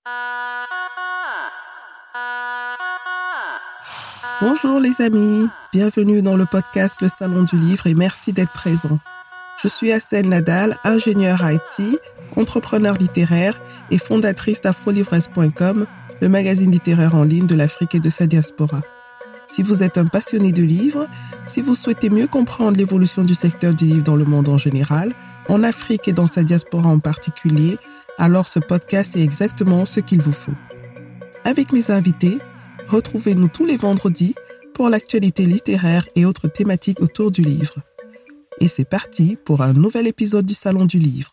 Bonjour les amis, bienvenue dans le podcast Le Salon du Livre et merci d'être présents. Je suis Assel Nadal, ingénieure IT, entrepreneur littéraire et fondatrice d'afrolivresses.com, le magazine littéraire en ligne de l'Afrique et de sa diaspora. Si vous êtes un passionné de livres, si vous souhaitez mieux comprendre l'évolution du secteur du livre dans le monde en général, en Afrique et dans sa diaspora en particulier, alors ce podcast est exactement ce qu'il vous faut. Avec mes invités, retrouvez-nous tous les vendredis pour l'actualité littéraire et autres thématiques autour du livre. Et c'est parti pour un nouvel épisode du Salon du Livre.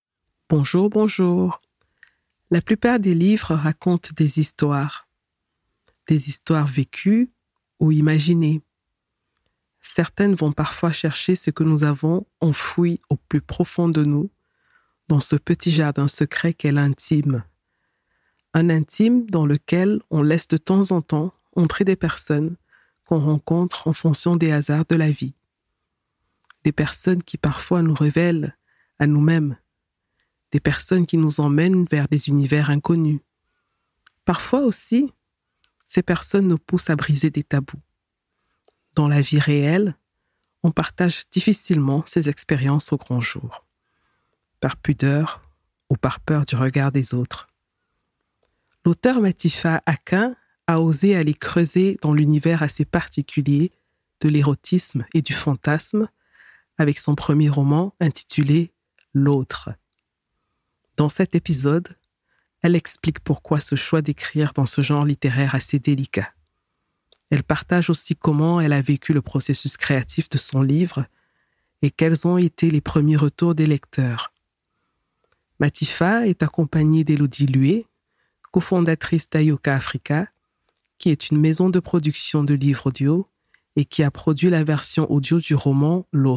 Bonjour. La plupart des livres racontent des histoires vécues ou imaginées. Certaines vont parfois chercher ce que nous avons enfoui au plus profond de nous, dans ce petit jardin secret qu'est l'intime. Un intime dans lequel on laisse de temps en temps entrer des personnes qu'on rencontre en fonction des hasards de la vie. Des personnes qui parfois nous révèlent à nous-mêmes. Des personnes qui nous emmènent vers des univers inconnus. Parfois aussi, ces personnes nous poussent à briser des tabous. Dans la vie réelle, on partage difficilement ces expériences au grand jour, par pudeur ou par peur du regard des autres. L'auteur Matifa Akin a osé aller creuser dans l'univers assez particulier de l'érotisme et du fantasme avec son premier roman intitulé « L'autre ». Dans cet épisode, elle explique pourquoi ce choix d'écrire dans ce genre littéraire assez délicat. Elle partage aussi comment elle a vécu le processus créatif de son livre et quels ont été les premiers retours des lecteurs. Matifa est accompagnée d'Élodie Lué, cofondatrice d'Ayoka Africa, qui est une maison de production de livres audio et qui a produit la version audio du roman « L'autre ».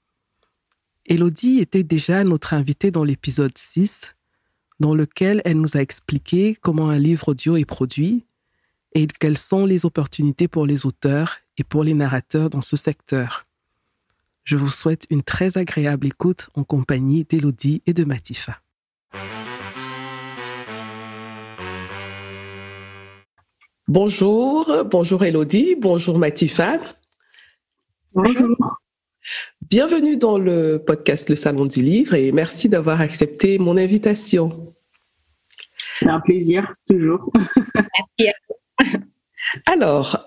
Élodie était déjà notre invitée dans l'épisode 6, dans lequel elle nous a expliqué comment un livre audio est produit et quelles sont les opportunités pour les auteurs et pour les narrateurs dans ce secteur. Je vous souhaite une très agréable écoute en compagnie d'Élodie et de Matifa. Bonjour Élodie, bonjour Matifa. Bonjour. Bienvenue dans le podcast Le Salon du Livre et merci d'avoir accepté mon invitation. C'est un plaisir, toujours. Merci à vous. Alors,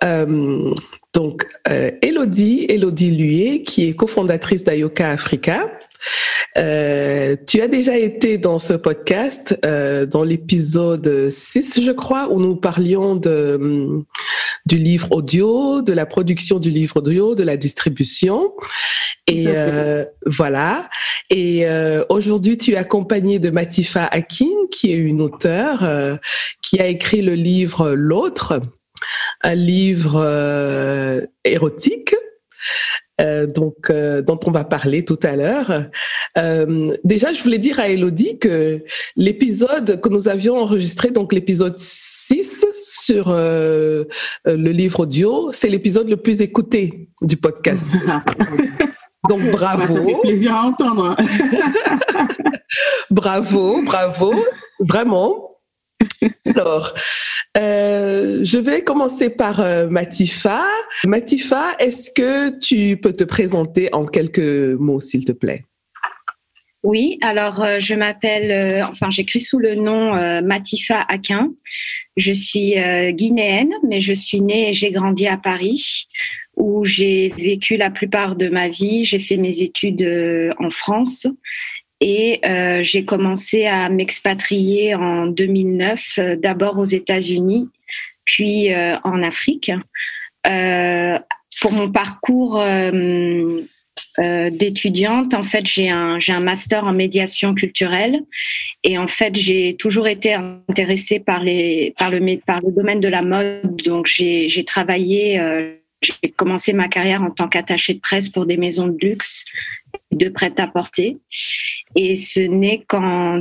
Élodie Lué, qui est cofondatrice d'Ayoka Africa. Tu as déjà été dans ce podcast, dans l'épisode 6, je crois, où nous parlions du livre audio, de la production du livre audio, de la distribution. Et voilà. Et aujourd'hui, tu es accompagnée de Matifa Akin, qui est une auteure qui a écrit le livre L'autre, un livre érotique. Dont on va parler tout à l'heure. Déjà, je voulais dire à Élodie que l'épisode que nous avions enregistré, donc l'épisode 6 sur le livre audio, c'est l'épisode le plus écouté du podcast. Donc bravo. Ça fait plaisir à entendre. Bravo, vraiment. Alors, je vais commencer par Matifa. Matifa, est-ce que tu peux te présenter en quelques mots, s'il te plaît? Oui, alors je m'appelle, j'écris sous le nom Matifa Akin. Je suis guinéenne, mais je suis née et j'ai grandi à Paris, où j'ai vécu la plupart de ma vie. J'ai fait mes études en France. Et j'ai commencé à m'expatrier en 2009, d'abord aux États-Unis, puis en Afrique. Pour mon parcours d'étudiante, en fait, j'ai un master en médiation culturelle, et en fait, j'ai toujours été intéressée par le domaine de la mode. Donc, j'ai travaillé. J'ai commencé ma carrière en tant qu'attachée de presse pour des maisons de luxe, de prêt-à-porter. Et ce n'est qu'en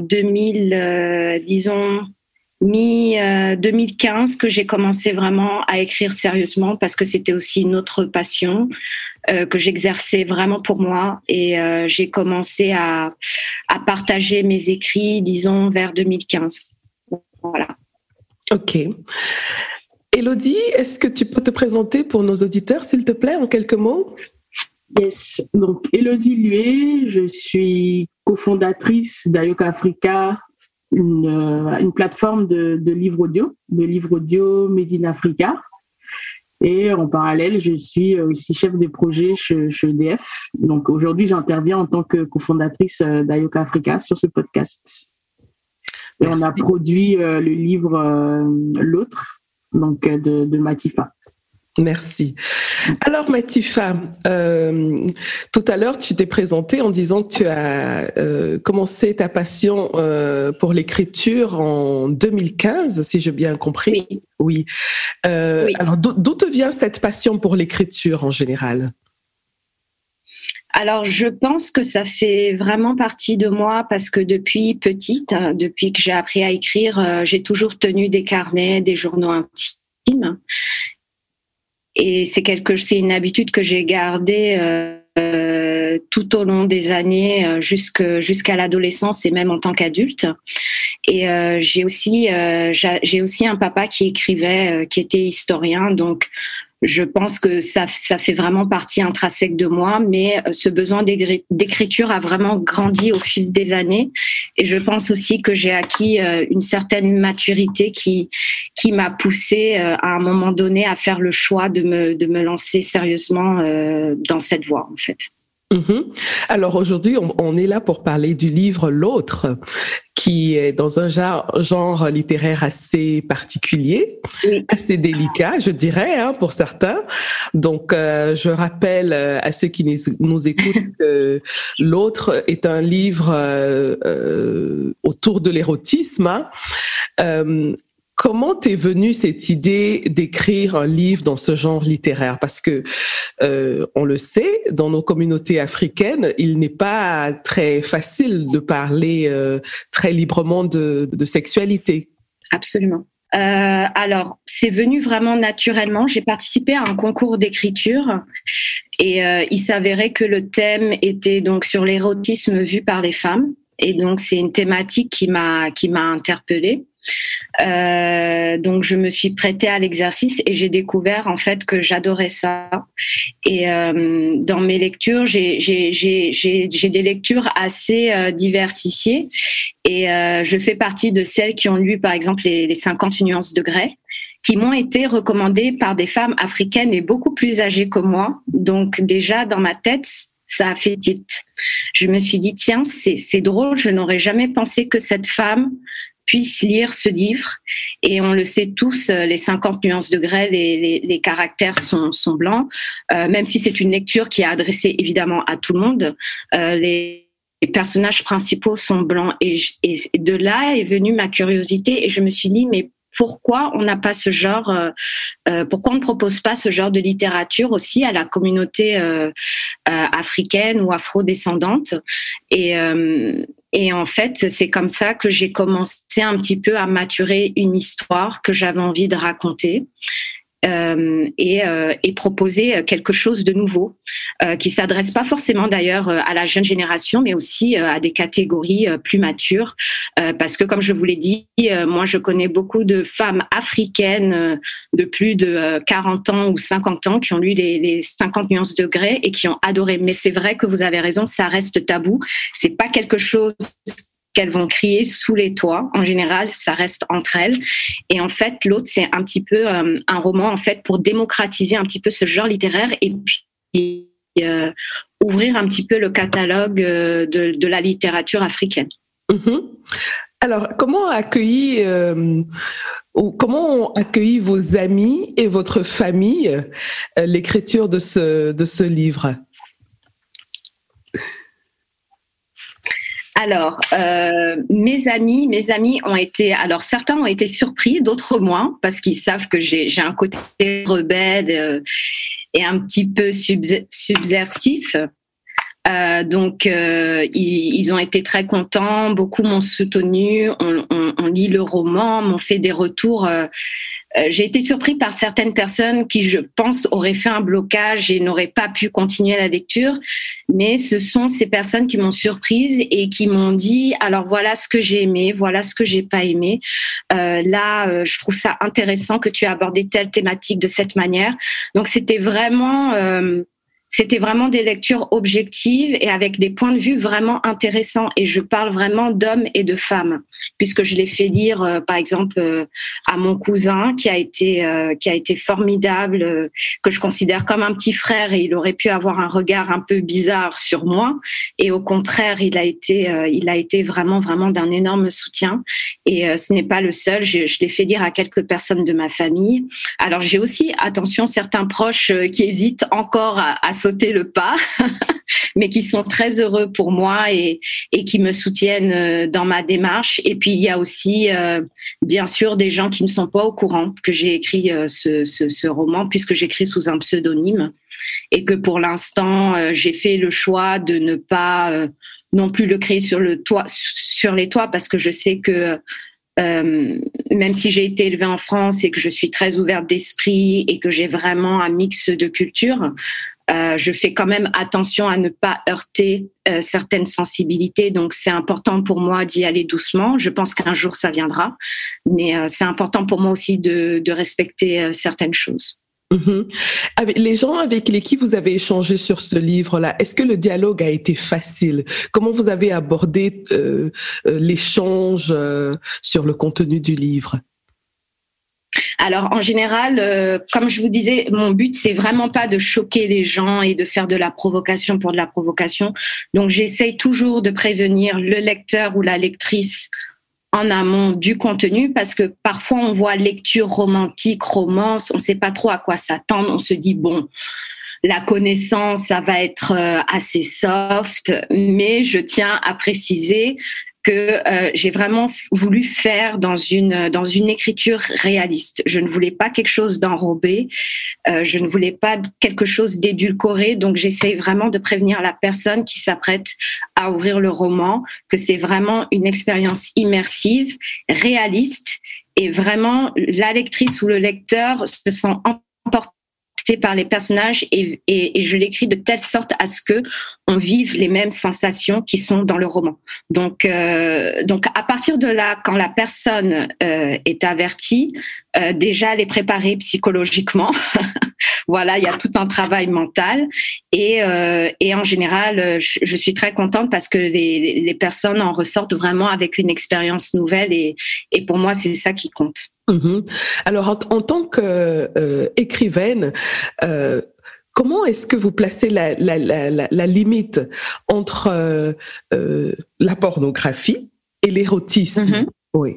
2015 que j'ai commencé vraiment à écrire sérieusement, parce que c'était aussi une autre passion que j'exerçais vraiment pour moi. Et j'ai commencé à partager mes écrits, disons, vers 2015. Voilà. Ok. Élodie, est-ce que tu peux te présenter pour nos auditeurs, s'il te plaît, en quelques mots? Yes. Donc, Élodie Lué, je suis cofondatrice d'Ayoka Africa, une plateforme de livres audio Made in Africa. Et en parallèle, je suis aussi chef de projet chez EDF. Donc, aujourd'hui, j'interviens en tant que cofondatrice d'Ayoka Africa sur ce podcast. Et on a produit le livre L'autre, donc de Matifa. Merci. Alors Matifa, tout à l'heure tu t'es présentée en disant que tu as commencé ta passion pour l'écriture en 2015, si j'ai bien compris. Oui. Oui. Alors d'où te vient cette passion pour l'écriture en général? Alors, je pense que ça fait vraiment partie de moi parce que depuis petite, depuis que j'ai appris à écrire, j'ai toujours tenu des carnets, des journaux intimes. Et c'est une habitude que j'ai gardée tout au long des années, jusqu'à l'adolescence et même en tant qu'adulte. Et j'ai aussi un papa qui écrivait, qui était historien, donc je pense que ça fait vraiment partie intrinsèque de moi, mais ce besoin d'écriture a vraiment grandi au fil des années. Et je pense aussi que j'ai acquis une certaine maturité qui m'a poussée à un moment donné à faire le choix de me lancer sérieusement dans cette voie, en fait. Alors aujourd'hui, on est là pour parler du livre L'autre, qui est dans un genre littéraire assez particulier, assez délicat, je dirais, pour certains. Donc, je rappelle à ceux qui nous écoutent que L'autre est un livre autour de l'érotisme. Comment t'es venue cette idée d'écrire un livre dans ce genre littéraire? Parce que, on le sait, dans nos communautés africaines, il n'est pas très facile de parler très librement de sexualité. Absolument. Alors, c'est venu vraiment naturellement. J'ai participé à un concours d'écriture et il s'avérait que le thème était donc sur l'érotisme vu par les femmes. Et donc, c'est une thématique qui m'a interpellée. Donc je me suis prêtée à l'exercice et j'ai découvert en fait que j'adorais ça. Et dans mes lectures, j'ai des lectures assez diversifiées et je fais partie de celles qui ont lu par exemple les 50 nuances de Grey, qui m'ont été recommandées par des femmes africaines et beaucoup plus âgées que moi. Donc déjà dans ma tête, ça a fait tilt. Je me suis dit tiens, c'est drôle, je n'aurais jamais pensé que cette femme puisse lire ce livre. Et on le sait tous, les 50 nuances de Grey, les caractères sont blancs, même si c'est une lecture qui est adressée évidemment à tout le monde. Les personnages principaux sont blancs et de là est venue ma curiosité et je me suis dit mais pourquoi on n'a pas ce genre, pourquoi on ne propose pas ce genre de littérature aussi à la communauté africaine ou afro-descendante et en fait, c'est comme ça que j'ai commencé un petit peu à maturer une histoire que j'avais envie de raconter et proposer quelque chose de nouveau qui s'adresse pas forcément d'ailleurs à la jeune génération, mais aussi à des catégories plus matures. Parce que comme je vous l'ai dit, moi je connais beaucoup de femmes africaines de plus de 40 ans ou 50 ans qui ont lu les 50 nuances de Grey et qui ont adoré. Mais c'est vrai que vous avez raison, ça reste tabou. C'est pas quelque chose qu'elles vont crier sous les toits. En général, ça reste entre elles. Et en fait, L'autre, c'est un petit peu un roman en fait pour démocratiser un petit peu ce genre littéraire et puis ouvrir un petit peu le catalogue de la littérature africaine. Alors, comment ont accueilli vos amis et votre famille l'écriture de ce livre? Alors, mes amis ont été, alors certains ont été surpris, d'autres moins, parce qu'ils savent que j'ai un côté rebelle et un petit peu subversif. Donc, ils ont été très contents, beaucoup m'ont soutenu, on lit le roman, m'ont fait des retours j'ai été surpris par certaines personnes qui, je pense, auraient fait un blocage et n'auraient pas pu continuer la lecture. Mais ce sont ces personnes qui m'ont surprise et qui m'ont dit, alors voilà ce que j'ai aimé, voilà ce que j'ai pas aimé. Je trouve ça intéressant que tu aies abordé telle thématique de cette manière. Donc c'était vraiment des lectures objectives et avec des points de vue vraiment intéressants. Et je parle vraiment d'hommes et de femmes, puisque je l'ai fait lire, par exemple, à mon cousin qui a été formidable, que je considère comme un petit frère, et il aurait pu avoir un regard un peu bizarre sur moi. Et au contraire, il a été vraiment, vraiment d'un énorme soutien. Et ce n'est pas le seul. Je l'ai fait lire à quelques personnes de ma famille. Alors j'ai aussi, attention, certains proches qui hésitent encore à sauter le pas, mais qui sont très heureux pour moi et qui me soutiennent dans ma démarche. Et puis il y a aussi, bien sûr, des gens qui ne sont pas au courant que j'ai écrit ce roman, puisque j'écris sous un pseudonyme, et que pour l'instant, j'ai fait le choix de ne pas non plus le créer sur les toits, parce que je sais que même si j'ai été élevée en France et que je suis très ouverte d'esprit et que j'ai vraiment un mix de cultures, je fais quand même attention à ne pas heurter certaines sensibilités. Donc, c'est important pour moi d'y aller doucement. Je pense qu'un jour, ça viendra. Mais c'est important pour moi aussi de respecter certaines choses. Mm-hmm. Avec les gens avec qui vous avez échangé sur ce livre-là, est-ce que le dialogue a été facile? Comment vous avez abordé l'échange sur le contenu du livre? Alors, en général, comme je vous disais, mon but, c'est vraiment pas de choquer les gens et de faire de la provocation pour de la provocation. Donc, j'essaye toujours de prévenir le lecteur ou la lectrice en amont du contenu, parce que parfois, on voit lecture romantique, romance, on sait pas trop à quoi s'attendre. On se dit, bon, la connaissance, ça va être assez soft, mais je tiens à préciser que j'ai vraiment voulu faire dans une écriture réaliste. Je ne voulais pas quelque chose d'enrobé, je ne voulais pas quelque chose d'édulcoré, donc j'essaye vraiment de prévenir la personne qui s'apprête à ouvrir le roman que c'est vraiment une expérience immersive, réaliste, et vraiment la lectrice ou le lecteur se sent emporté par les personnages, et je l'écris de telle sorte à ce que on vive les mêmes sensations qui sont dans le roman. Donc à partir de là, quand la personne est avertie, déjà elle est préparée psychologiquement. Voilà, il y a tout un travail mental, et en général, je suis très contente parce que les personnes en ressortent vraiment avec une expérience nouvelle, et pour moi c'est ça qui compte. Mm-hmm. Alors en tant qu'écrivaine, comment est-ce que vous placez la limite entre la pornographie et l'érotisme? Mm-hmm.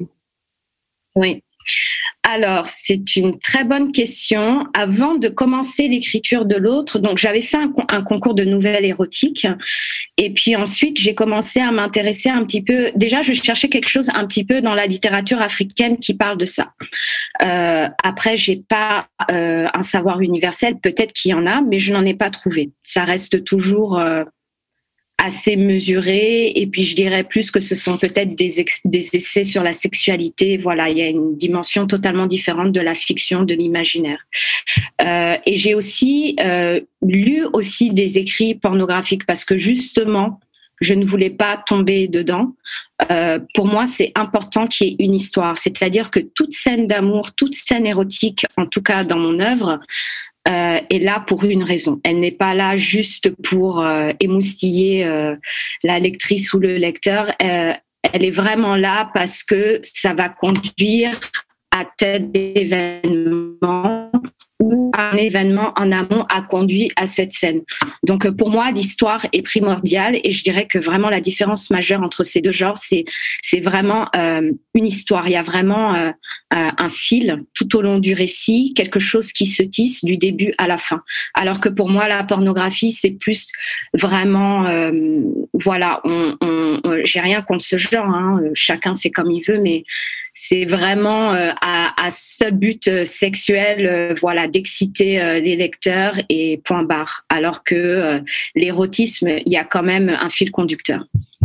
Oui. Alors, c'est une très bonne question. Avant de commencer l'écriture de l'autre, donc j'avais fait un concours de nouvelles érotiques, et puis ensuite j'ai commencé à m'intéresser un petit peu. Déjà, je cherchais quelque chose un petit peu dans la littérature africaine qui parle de ça. Après, j'ai pas un savoir universel. Peut-être qu'il y en a, mais je n'en ai pas trouvé. Ça reste toujours assez mesuré, et puis je dirais plus que ce sont peut-être des essais sur la sexualité. Voilà, il y a une dimension totalement différente de la fiction, de l'imaginaire. Et j'ai aussi lu aussi des écrits pornographiques, parce que justement, je ne voulais pas tomber dedans. Pour moi, c'est important qu'il y ait une histoire. C'est-à-dire que toute scène d'amour, toute scène érotique, en tout cas dans mon œuvre, est là pour une raison. Elle n'est pas là juste pour émoustiller la lectrice ou le lecteur. Elle est vraiment là parce que ça va conduire à tel événement, ou un événement en amont a conduit à cette scène. Donc pour moi, l'histoire est primordiale, et je dirais que vraiment la différence majeure entre ces deux genres, c'est vraiment une histoire. Il y a vraiment un fil tout au long du récit, quelque chose qui se tisse du début à la fin. Alors que pour moi, la pornographie, c'est plus vraiment, voilà, j'ai rien contre ce genre, hein, chacun fait comme il veut, mais c'est vraiment à seul but sexuel, voilà, d'exciter les lecteurs, et point barre. Alors que l'érotisme, il y a quand même un fil conducteur.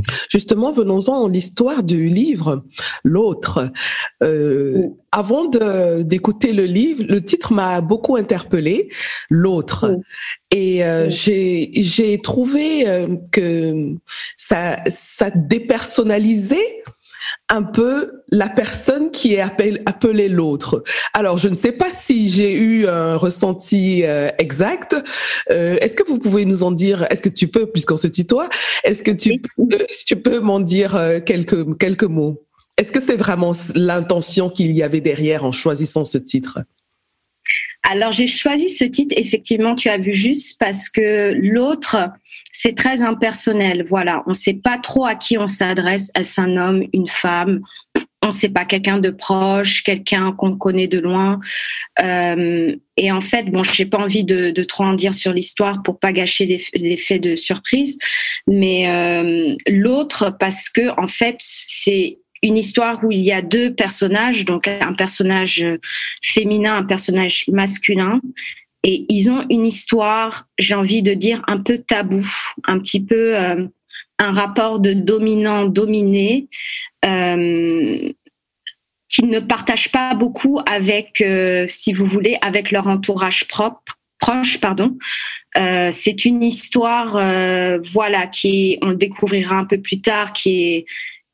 Justement, venons-en à l'histoire du livre, L'autre. Avant d'écouter le livre, le titre m'a beaucoup interpellée, L'autre. Et j'ai trouvé que ça dépersonnalisait un peu la personne qui est appelée l'autre. Alors, je ne sais pas si j'ai eu un ressenti exact. Est-ce que vous pouvez nous en dire, est-ce que tu peux, puisqu'on se tutoie, est-ce que tu peux m'en dire quelques mots? Est-ce que c'est vraiment l'intention qu'il y avait derrière en choisissant ce titre? Alors, j'ai choisi ce titre, effectivement, tu as vu juste, parce que l'autre, c'est très impersonnel. Voilà, on ne sait pas trop à qui on s'adresse. Est-ce un homme, une femme? On ne sait pas, quelqu'un de proche, quelqu'un qu'on connaît de loin. Et en fait, bon, je n'ai pas envie de trop en dire sur l'histoire pour pas gâcher l'effet de surprise. Mais l'autre, parce que en fait, c'est une histoire où il y a deux personnages, donc un personnage féminin, un personnage masculin, et ils ont une histoire, j'ai envie de dire, un peu tabou, un petit peu un rapport de dominant-dominé, qu'ils ne partagent pas beaucoup avec, si vous voulez, avec leur entourage proche. C'est une histoire, voilà, on le découvrira un peu plus tard, qui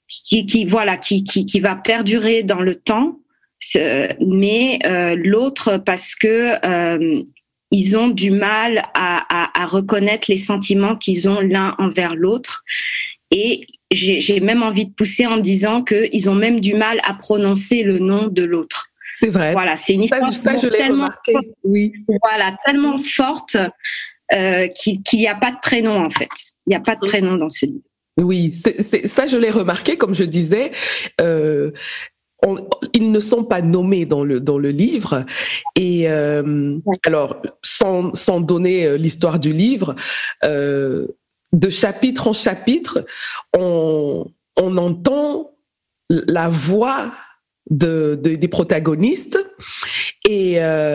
va perdurer dans le temps, mais l'autre parce que ils ont du mal à reconnaître les sentiments qu'ils ont l'un envers l'autre, et j'ai même envie de pousser en disant qu'ils ont même du mal à prononcer le nom de l'autre. C'est vrai. Voilà, c'est une histoire ça je l'ai remarqué. Oui. Voilà, tellement forte qu'il n'y a pas de prénom en fait. Il n'y a pas de prénom dans ce livre. Oui, ça je l'ai remarqué, comme je disais, ils ne sont pas nommés dans le livre, et alors sans donner l'histoire du livre, de chapitre en chapitre, on entend la voix des protagonistes, et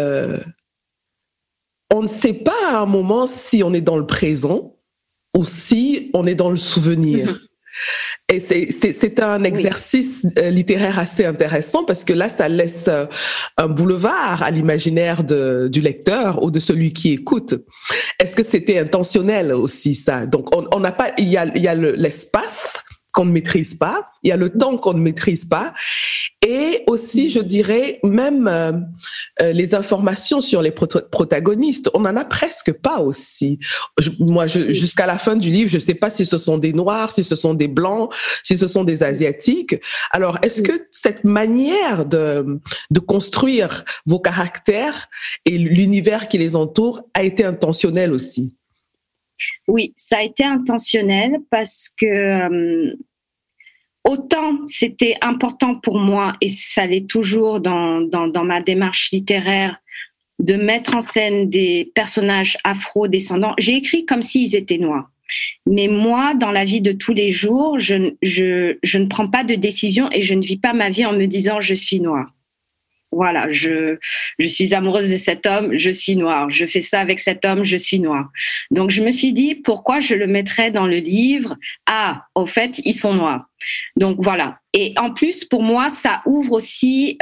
on ne sait pas à un moment si on est dans le présent ou si on est dans le souvenir. Et c'est un exercice littéraire assez intéressant, parce que là, ça laisse un boulevard à l'imaginaire du lecteur ou de celui qui écoute. Est-ce que c'était intentionnel aussi, ça? Donc, on n'a pas, il y a l'espace qu'on ne maîtrise pas, il y a le temps qu'on ne maîtrise pas, et aussi, je dirais, même les informations sur les protagonistes, on n'en a presque pas aussi. Jusqu'à la fin du livre, je ne sais pas si ce sont des Noirs, si ce sont des Blancs, si ce sont des Asiatiques. Alors, est-ce que cette manière de construire vos caractères et l'univers qui les entoure a été intentionnelle aussi? Oui, ça a été intentionnel parce que autant c'était important pour moi, et ça l'est toujours dans ma démarche littéraire, de mettre en scène des personnages afro-descendants. J'ai écrit comme s'ils étaient noirs. Mais moi, dans la vie de tous les jours, je ne prends pas de décision et je ne vis pas ma vie en me disant « je suis noire ». Voilà, je suis amoureuse de cet homme, je suis noire. Je fais ça avec cet homme, je suis noire. Donc, je me suis dit, pourquoi je le mettrais dans le livre? Ah, au fait, ils sont noirs. Donc, voilà. Et en plus, pour moi, ça ouvre aussi,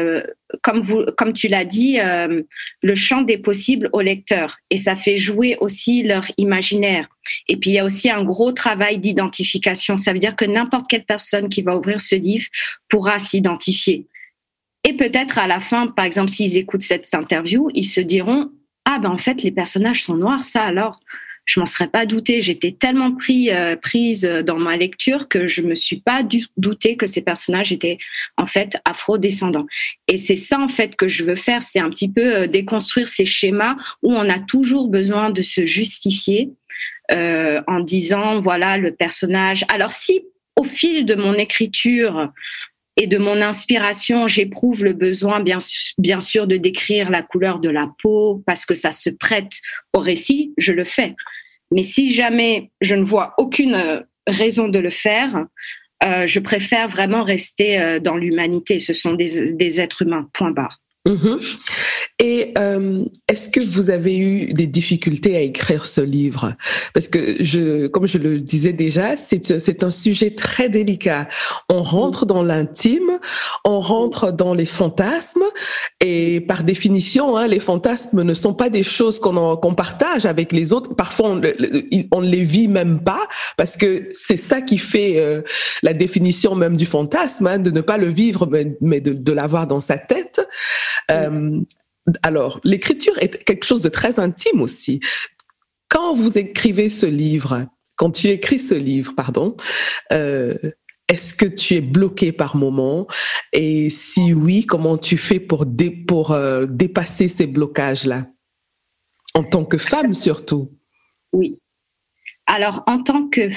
comme tu l'as dit, le champ des possibles aux lecteurs. Et ça fait jouer aussi leur imaginaire. Et puis, il y a aussi un gros travail d'identification. Ça veut dire que n'importe quelle personne qui va ouvrir ce livre pourra s'identifier. Et peut-être à la fin, par exemple, s'ils écoutent cette interview, ils se diront « Ah ben en fait, les personnages sont noirs, ça alors, je m'en serais pas douté. J'étais tellement prise dans ma lecture que je me suis pas douté que ces personnages étaient en fait afro-descendants. » Et c'est ça en fait que je veux faire, c'est un petit peu déconstruire ces schémas où on a toujours besoin de se justifier en disant voilà le personnage. Alors si au fil de mon écriture et de mon inspiration, j'éprouve le besoin, bien sûr, de décrire la couleur de la peau parce que ça se prête au récit, je le fais. Mais si jamais je ne vois aucune raison de le faire, je préfère vraiment rester dans l'humanité. Ce sont des êtres humains, point barre. Mmh. Et est-ce que vous avez eu des difficultés à écrire ce livre? Parce que comme je le disais déjà, c'est un sujet très délicat. On rentre dans l'intime, on rentre dans les fantasmes, et par définition, les fantasmes ne sont pas des choses qu'on partage avec les autres. Parfois, on ne les vit même pas, parce que c'est ça qui fait la définition même du fantasme, de ne pas le vivre, mais de l'avoir dans sa tête. Alors, l'écriture est quelque chose de très intime aussi. Quand vous écrivez ce livre, quand tu écris ce livre, est-ce que tu es bloqué par moments? Et si oui, comment tu fais pour dépasser ces blocages-là? En tant que femme, surtout. Oui. Alors, en tant que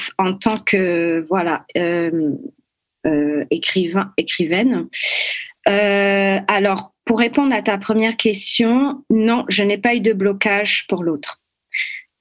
écrivaine, alors, pour répondre à ta première question, non, je n'ai pas eu de blocage pour l'autre. Pourquoi ?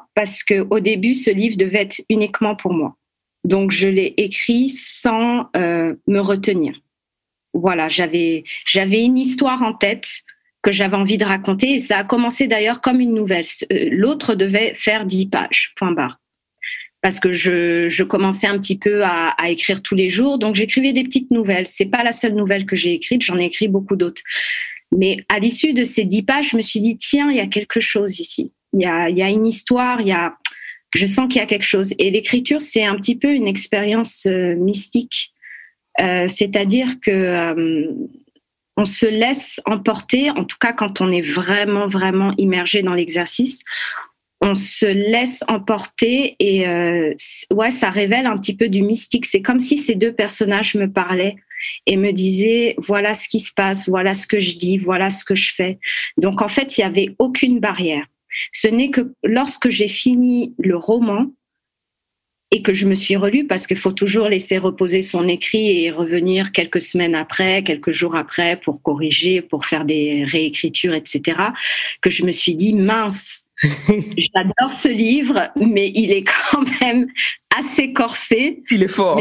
Parce qu'au début, ce livre devait être uniquement pour moi. Donc, je l'ai écrit sans me retenir. Voilà, j'avais une histoire en tête que j'avais envie de raconter et ça a commencé d'ailleurs comme une nouvelle. L'autre devait faire 10 pages, point barre. Parce que je commençais un petit peu à écrire tous les jours, donc j'écrivais des petites nouvelles. C'est pas la seule nouvelle que j'ai écrite, j'en ai écrit beaucoup d'autres. Mais à l'issue de ces 10 pages, je me suis dit, tiens, il y a quelque chose ici. Il y a une histoire, je sens qu'il y a quelque chose. Et l'écriture, c'est un petit peu une expérience mystique. C'est-à-dire que on se laisse emporter, en tout cas quand on est vraiment, vraiment immergé dans l'exercice, on se laisse emporter et ça révèle un petit peu du mystique. C'est comme si ces deux personnages me parlaient et me disaient voilà ce qui se passe, voilà ce que je dis, voilà ce que je fais. Donc en fait, il n'y avait aucune barrière. Ce n'est que lorsque j'ai fini le roman et que je me suis relue, parce qu'il faut toujours laisser reposer son écrit et revenir quelques semaines après, quelques jours après pour corriger, pour faire des réécritures, etc., que je me suis dit mince, j'adore ce livre, mais il est quand même assez corsé. Il est fort.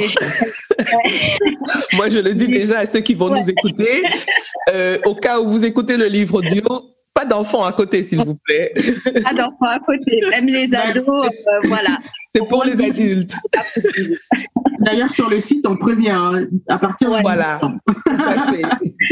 Moi, je le dis déjà à ceux qui vont nous écouter. Au cas où vous écoutez le livre audio, pas d'enfants à côté, s'il vous plaît. Pas d'enfants à côté, même les ados, voilà. C'est pour les adultes. D'ailleurs, sur le site, on prévient à partir de voilà. Tout à fait.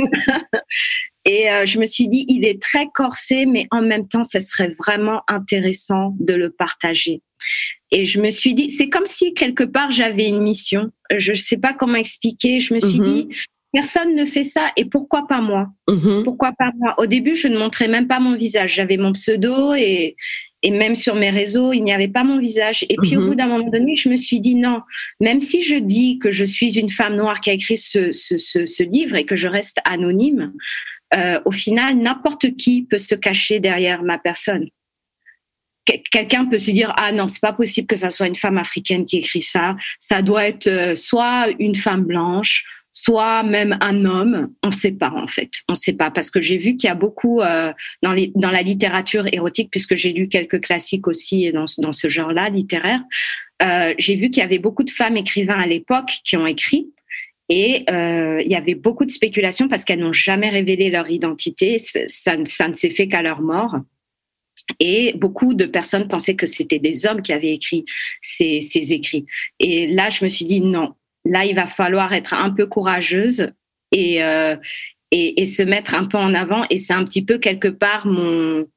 Et je me suis dit, il est très corsé, mais en même temps, ce serait vraiment intéressant de le partager. Et je me suis dit, c'est comme si quelque part j'avais une mission. Je ne sais pas comment expliquer. Je me suis dit, personne ne fait ça et pourquoi pas moi ? Pourquoi pas moi ? Au début, je ne montrais même pas mon visage. J'avais mon pseudo et même sur mes réseaux, il n'y avait pas mon visage. Et puis au bout d'un moment donné, je me suis dit non, même si je dis que je suis une femme noire qui a écrit ce livre et que je reste anonyme, au final, n'importe qui peut se cacher derrière ma personne. Quelqu'un peut se dire ah non, c'est pas possible que ça soit une femme africaine qui écrit ça. Ça doit être soit une femme blanche, soit même un homme. On ne sait pas en fait. On ne sait pas parce que j'ai vu qu'il y a beaucoup dans la littérature érotique, puisque j'ai lu quelques classiques aussi dans ce genre-là littéraire. J'ai vu qu'il y avait beaucoup de femmes écrivains à l'époque qui ont écrit. Et il y avait beaucoup de spéculations parce qu'elles n'ont jamais révélé leur identité. Ça ne s'est fait qu'à leur mort. Et beaucoup de personnes pensaient que c'était des hommes qui avaient écrit ces écrits. Et là, je me suis dit non. Là, il va falloir être un peu courageuse et se mettre un peu en avant. Et c'est un petit peu quelque part mon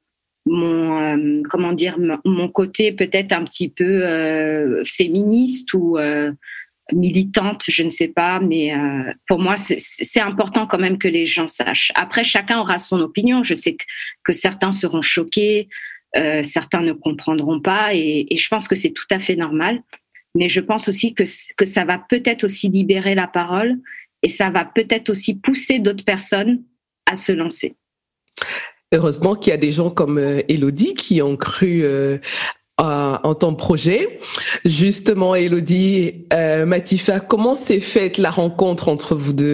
côté peut-être un petit peu féministe ou militante, je ne sais pas, mais pour moi, c'est important quand même que les gens sachent. Après, chacun aura son opinion. Je sais que certains seront choqués, certains ne comprendront pas, et je pense que c'est tout à fait normal. Mais je pense aussi que ça va peut-être aussi libérer la parole et ça va peut-être aussi pousser d'autres personnes à se lancer. Heureusement qu'il y a des gens comme Élodie qui ont cru en ton projet. Justement, Élodie, Matifa, comment s'est faite la rencontre entre vous deux ?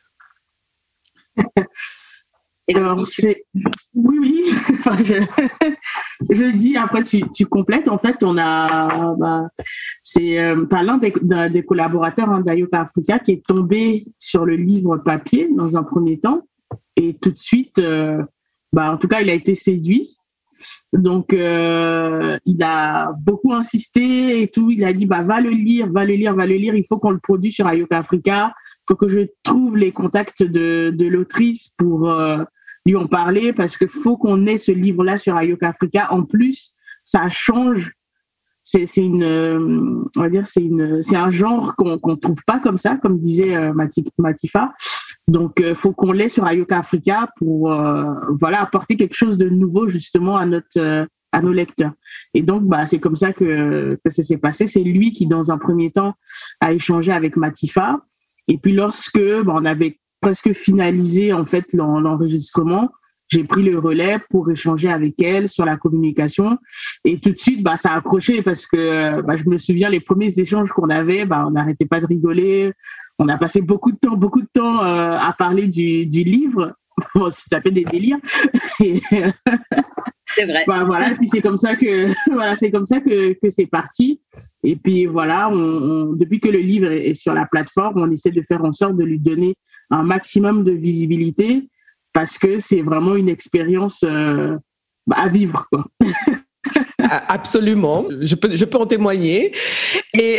Alors, oui. Enfin, je dis, après tu complètes. En fait, on a, c'est l'un des collaborateurs d'Ayoka Africa qui est tombé sur le livre papier dans un premier temps. Et tout de suite, en tout cas, il a été séduit. Donc, il a beaucoup insisté et tout. Il a dit, va le lire. Il faut qu'on le produise sur Ayoka Africa. Il faut que je trouve les contacts de l'autrice pour lui en parler parce qu'il faut qu'on ait ce livre-là sur Ayoka Africa. En plus, ça change. C'est un genre qu'on trouve pas comme ça, comme disait Matifa. Donc, faut qu'on l'ait sur Ayoka Africa pour apporter quelque chose de nouveau justement à nos lecteurs. Et donc, c'est comme ça que ça s'est passé. C'est lui qui, dans un premier temps, a échangé avec Matifa. Et puis, lorsque on avait presque finalisé en fait l'enregistrement, j'ai pris le relais pour échanger avec elle sur la communication. Et tout de suite, ça a accroché parce que je me souviens les premiers échanges qu'on avait, on n'arrêtait pas de rigoler. On a passé beaucoup de temps à parler du livre. On s'est tapé des délires. Et c'est vrai. Et puis c'est comme ça que c'est parti. Et puis depuis que le livre est sur la plateforme, on essaie de faire en sorte de lui donner un maximum de visibilité parce que c'est vraiment une expérience à vivre, quoi. Absolument, je peux en témoigner. Et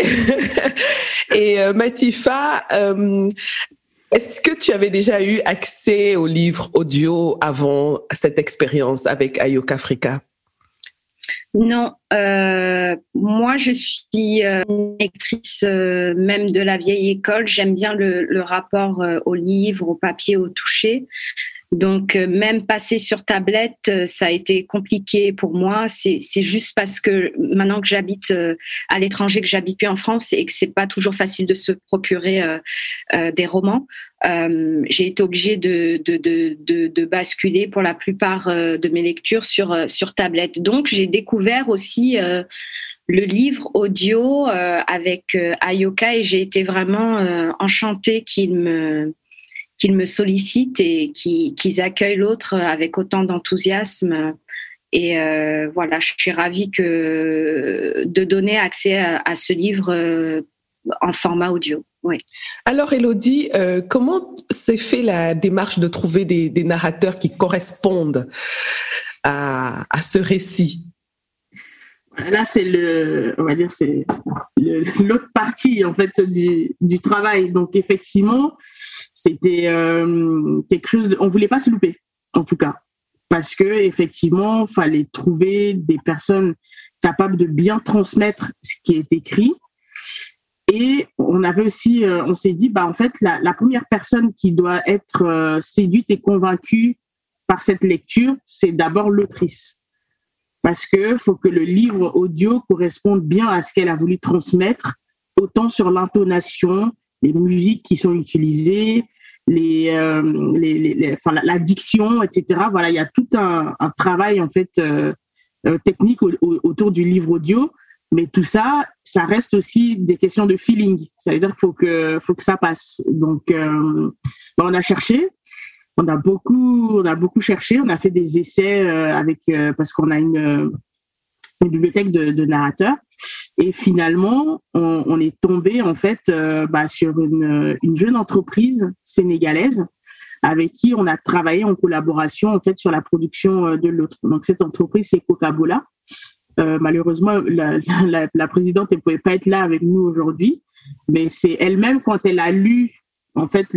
Matifa, est-ce que tu avais déjà eu accès aux livres audio avant cette expérience avec Ayoka Africa? Non, moi je suis une lectrice même de la vieille école. J'aime bien le rapport au livre, au papier, au toucher. Donc, même passer sur tablette, ça a été compliqué pour moi. C'est juste parce que maintenant que j'habite à l'étranger, que j'habite plus en France et que c'est pas toujours facile de se procurer des romans, j'ai été obligée de basculer pour la plupart de mes lectures sur tablette. Donc, j'ai découvert aussi le livre audio avec Ayoka et j'ai été vraiment enchantée qu'ils me sollicitent et qu'ils accueillent l'autre avec autant d'enthousiasme. Et je suis ravie de donner accès à ce livre en format audio. Oui. Alors, Élodie, comment s'est fait la démarche de trouver des narrateurs qui correspondent à ce récit? Là, c'est l'autre partie en fait du travail. Donc, effectivement, c'était quelque chose. On voulait pas se louper, en tout cas, parce que effectivement, fallait trouver des personnes capables de bien transmettre ce qui est écrit. Et on avait aussi, on s'est dit, en fait, la première personne qui doit être séduite et convaincue par cette lecture, c'est d'abord l'autrice. Parce que faut que le livre audio corresponde bien à ce qu'elle a voulu transmettre, autant sur l'intonation, les musiques qui sont utilisées, la diction, etc. Voilà, il y a tout un travail en fait technique autour du livre audio, mais tout ça reste aussi des questions de feeling. Ça veut dire faut que ça passe. Donc, on a cherché. On a beaucoup cherché, on a fait des essais parce qu'on a une bibliothèque de narrateurs et finalement on est tombé en fait sur une jeune entreprise sénégalaise avec qui on a travaillé en collaboration en fait sur la production de l'autre. Donc cette entreprise c'est Coca-Cola. Malheureusement la présidente ne pouvait pas être là avec nous aujourd'hui, mais c'est elle-même quand elle a lu en fait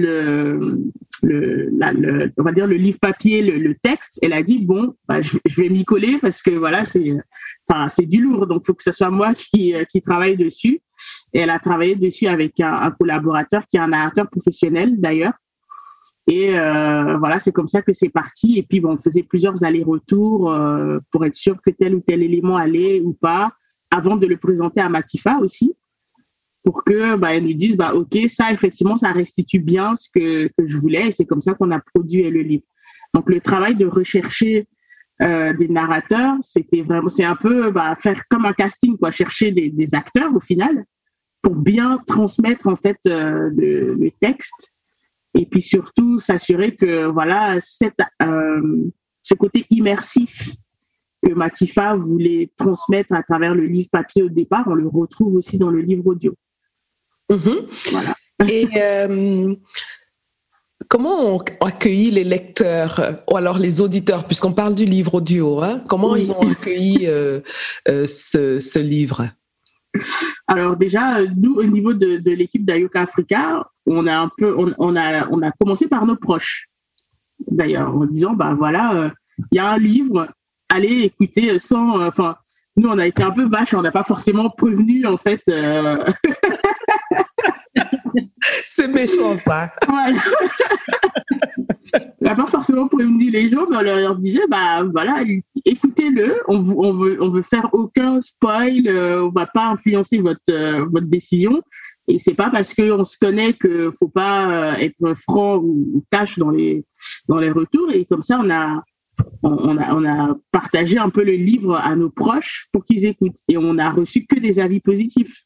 on va dire le livre papier, le texte, elle a dit je vais m'y coller parce que voilà c'est du lourd, donc faut que ce soit moi qui travaille dessus. Et elle a travaillé dessus avec un collaborateur qui est un narrateur professionnel d'ailleurs. Et c'est comme ça que c'est parti. Et puis on faisait plusieurs allers-retours pour être sûr que tel ou tel élément allait ou pas, avant de le présenter à Matifa aussi, pour que elle nous dise ok, ça effectivement ça restitue bien ce que je voulais, et c'est comme ça qu'on a produit le livre. Donc le travail de rechercher des narrateurs, c'est un peu faire comme un casting, quoi, chercher des acteurs au final pour bien transmettre en fait le texte, et puis surtout s'assurer que ce côté immersif que Matifa voulait transmettre à travers le livre papier au départ, on le retrouve aussi dans le livre audio. Voilà. Et Comment ont accueilli les lecteurs ou alors les auditeurs, puisqu'on parle du livre audio, hein? Comment ils ont accueilli ce livre? Alors déjà, nous, au niveau de l'équipe d'Ayoka Africa, on a commencé par nos proches. D'ailleurs, en disant, voilà, il y a un livre, allez écouter sans... nous, on a été un peu vaches, on n'a pas forcément prévenu, en fait... C'est méchant, ça. Voilà. On n'a pas forcément prévenu les gens, mais on leur disait, voilà, écoutez-le, on veut faire aucun spoil, on va pas influencer votre décision. Et c'est pas parce qu'on se connaît qu'il faut pas être franc ou cash dans les retours. Et comme ça, on a partagé un peu le livre à nos proches pour qu'ils écoutent. Et on n'a reçu que des avis positifs.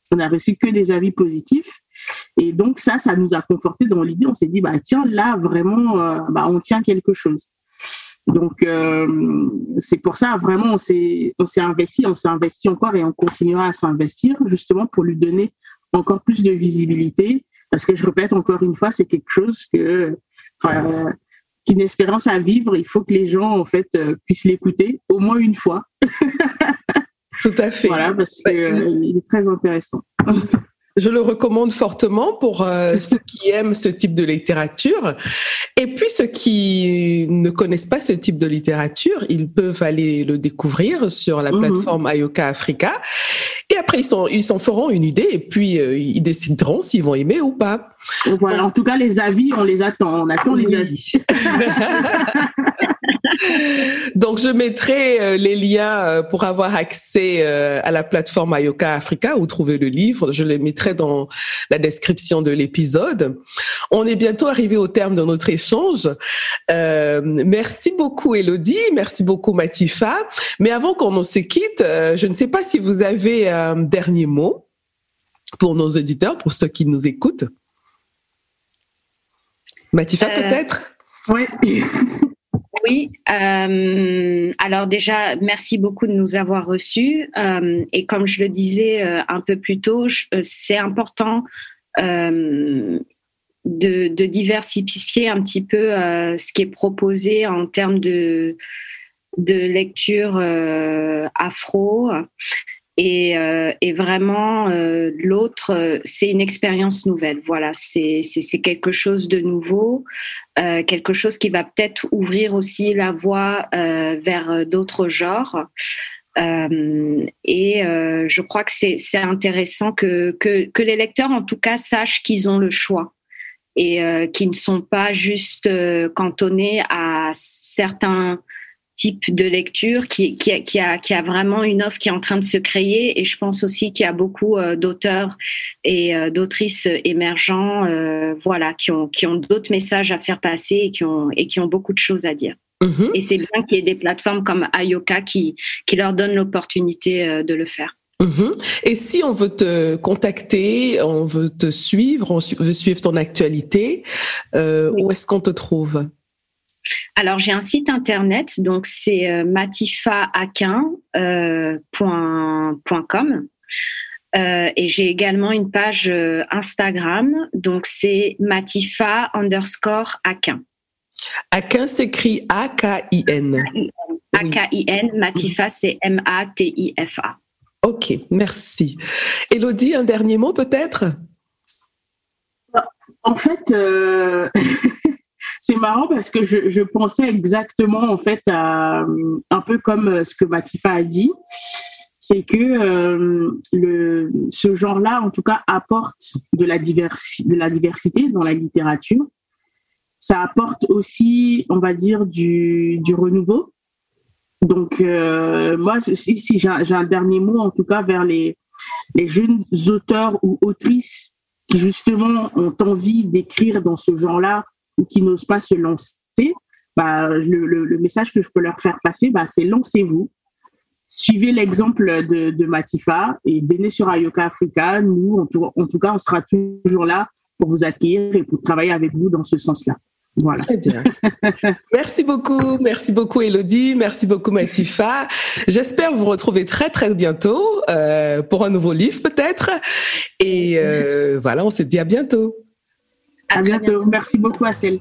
Et donc ça nous a conforté dans l'idée. On s'est dit, tiens, là, vraiment, on tient quelque chose. Donc, c'est pour ça, vraiment, on s'est investi encore et on continuera à s'investir justement pour lui donner encore plus de visibilité. Parce que je répète encore une fois, c'est quelque chose qu'une espérance à vivre, il faut que les gens, en fait, puissent l'écouter au moins une fois. Tout à fait. Voilà, parce qu'il est très intéressant. Je le recommande fortement pour ceux qui aiment ce type de littérature. Et puis ceux qui ne connaissent pas ce type de littérature, ils peuvent aller le découvrir sur la plateforme Ayoka Africa. Et après, ils s'en feront une idée et puis ils décideront s'ils vont aimer ou pas. Voilà, en tout cas, les avis, on les attend. On attend les avis. Donc, je mettrai les liens pour avoir accès à la plateforme Ayoka Africa où trouver le livre. Je les mettrai dans la description de l'épisode. On est bientôt arrivé au terme de notre échange. Merci beaucoup, Élodie. Merci beaucoup, Matifa. Mais avant qu'on se quitte, je ne sais pas si vous avez un dernier mot pour nos auditeurs, pour ceux qui nous écoutent. Matifa, peut-être? Oui. Oui, alors déjà, merci beaucoup de nous avoir reçus. Et comme je le disais un peu plus tôt, c'est important de diversifier un petit peu ce qui est proposé en termes de lecture afro. Et vraiment, l'autre, c'est une expérience nouvelle. Voilà, c'est quelque chose de nouveau, quelque chose qui va peut-être ouvrir aussi la voie vers d'autres genres. Et je crois que c'est intéressant que les lecteurs, en tout cas, sachent qu'ils ont le choix et qu'ils ne sont pas juste cantonnés à certains type de lecture, qui a vraiment une offre qui est en train de se créer. Et je pense aussi qu'il y a beaucoup d'auteurs et d'autrices émergents, qui ont d'autres messages à faire passer et qui ont beaucoup de choses à dire. Mm-hmm. Et c'est bien qu'il y ait des plateformes comme Ayoka qui leur donnent l'opportunité de le faire. Mm-hmm. Et si on veut te contacter, on veut te suivre, on veut suivre ton actualité, où est-ce qu'on te trouve? Alors, j'ai un site internet, donc c'est matifaaquin.com. Et j'ai également une page Instagram, donc c'est Matifa_Aquin. Aquin s'écrit A-K-I-N. A-K-I-N, Matifa, c'est M-A-T-I-F-A. Ok, merci. Élodie, un dernier mot peut-être? En fait... C'est marrant parce que je pensais exactement en fait à un peu comme ce que Matifa a dit, c'est que ce genre-là en tout cas apporte de la diversité dans la littérature. Ça apporte aussi, on va dire, du renouveau. Donc moi, si j'ai un dernier mot en tout cas vers les jeunes auteurs ou autrices qui justement ont envie d'écrire dans ce genre-là, ou qui n'osent pas se lancer, le message que je peux leur faire passer, c'est lancez-vous. Suivez l'exemple de Matifa et venez sur Ayoka Africa. Nous, en tout cas, on sera toujours là pour vous accueillir et pour travailler avec vous dans ce sens-là. Voilà. Très bien. Merci beaucoup Élodie, merci beaucoup Matifa. J'espère vous retrouver très très bientôt pour un nouveau livre peut-être. Et voilà, on se dit à bientôt. À bientôt. Merci beaucoup, Assel.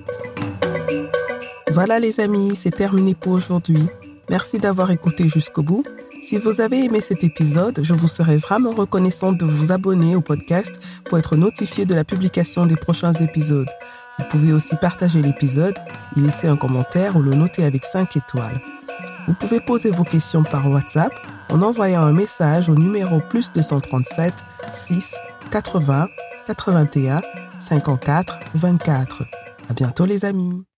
Voilà les amis, c'est terminé pour aujourd'hui. Merci d'avoir écouté jusqu'au bout. Si vous avez aimé cet épisode, je vous serais vraiment reconnaissante de vous abonner au podcast pour être notifié de la publication des prochains épisodes. Vous pouvez aussi partager l'épisode, y laisser un commentaire ou le noter avec 5 étoiles. Vous pouvez poser vos questions par WhatsApp en envoyant un message au numéro +237 6 80 81 54 24. À bientôt les amis.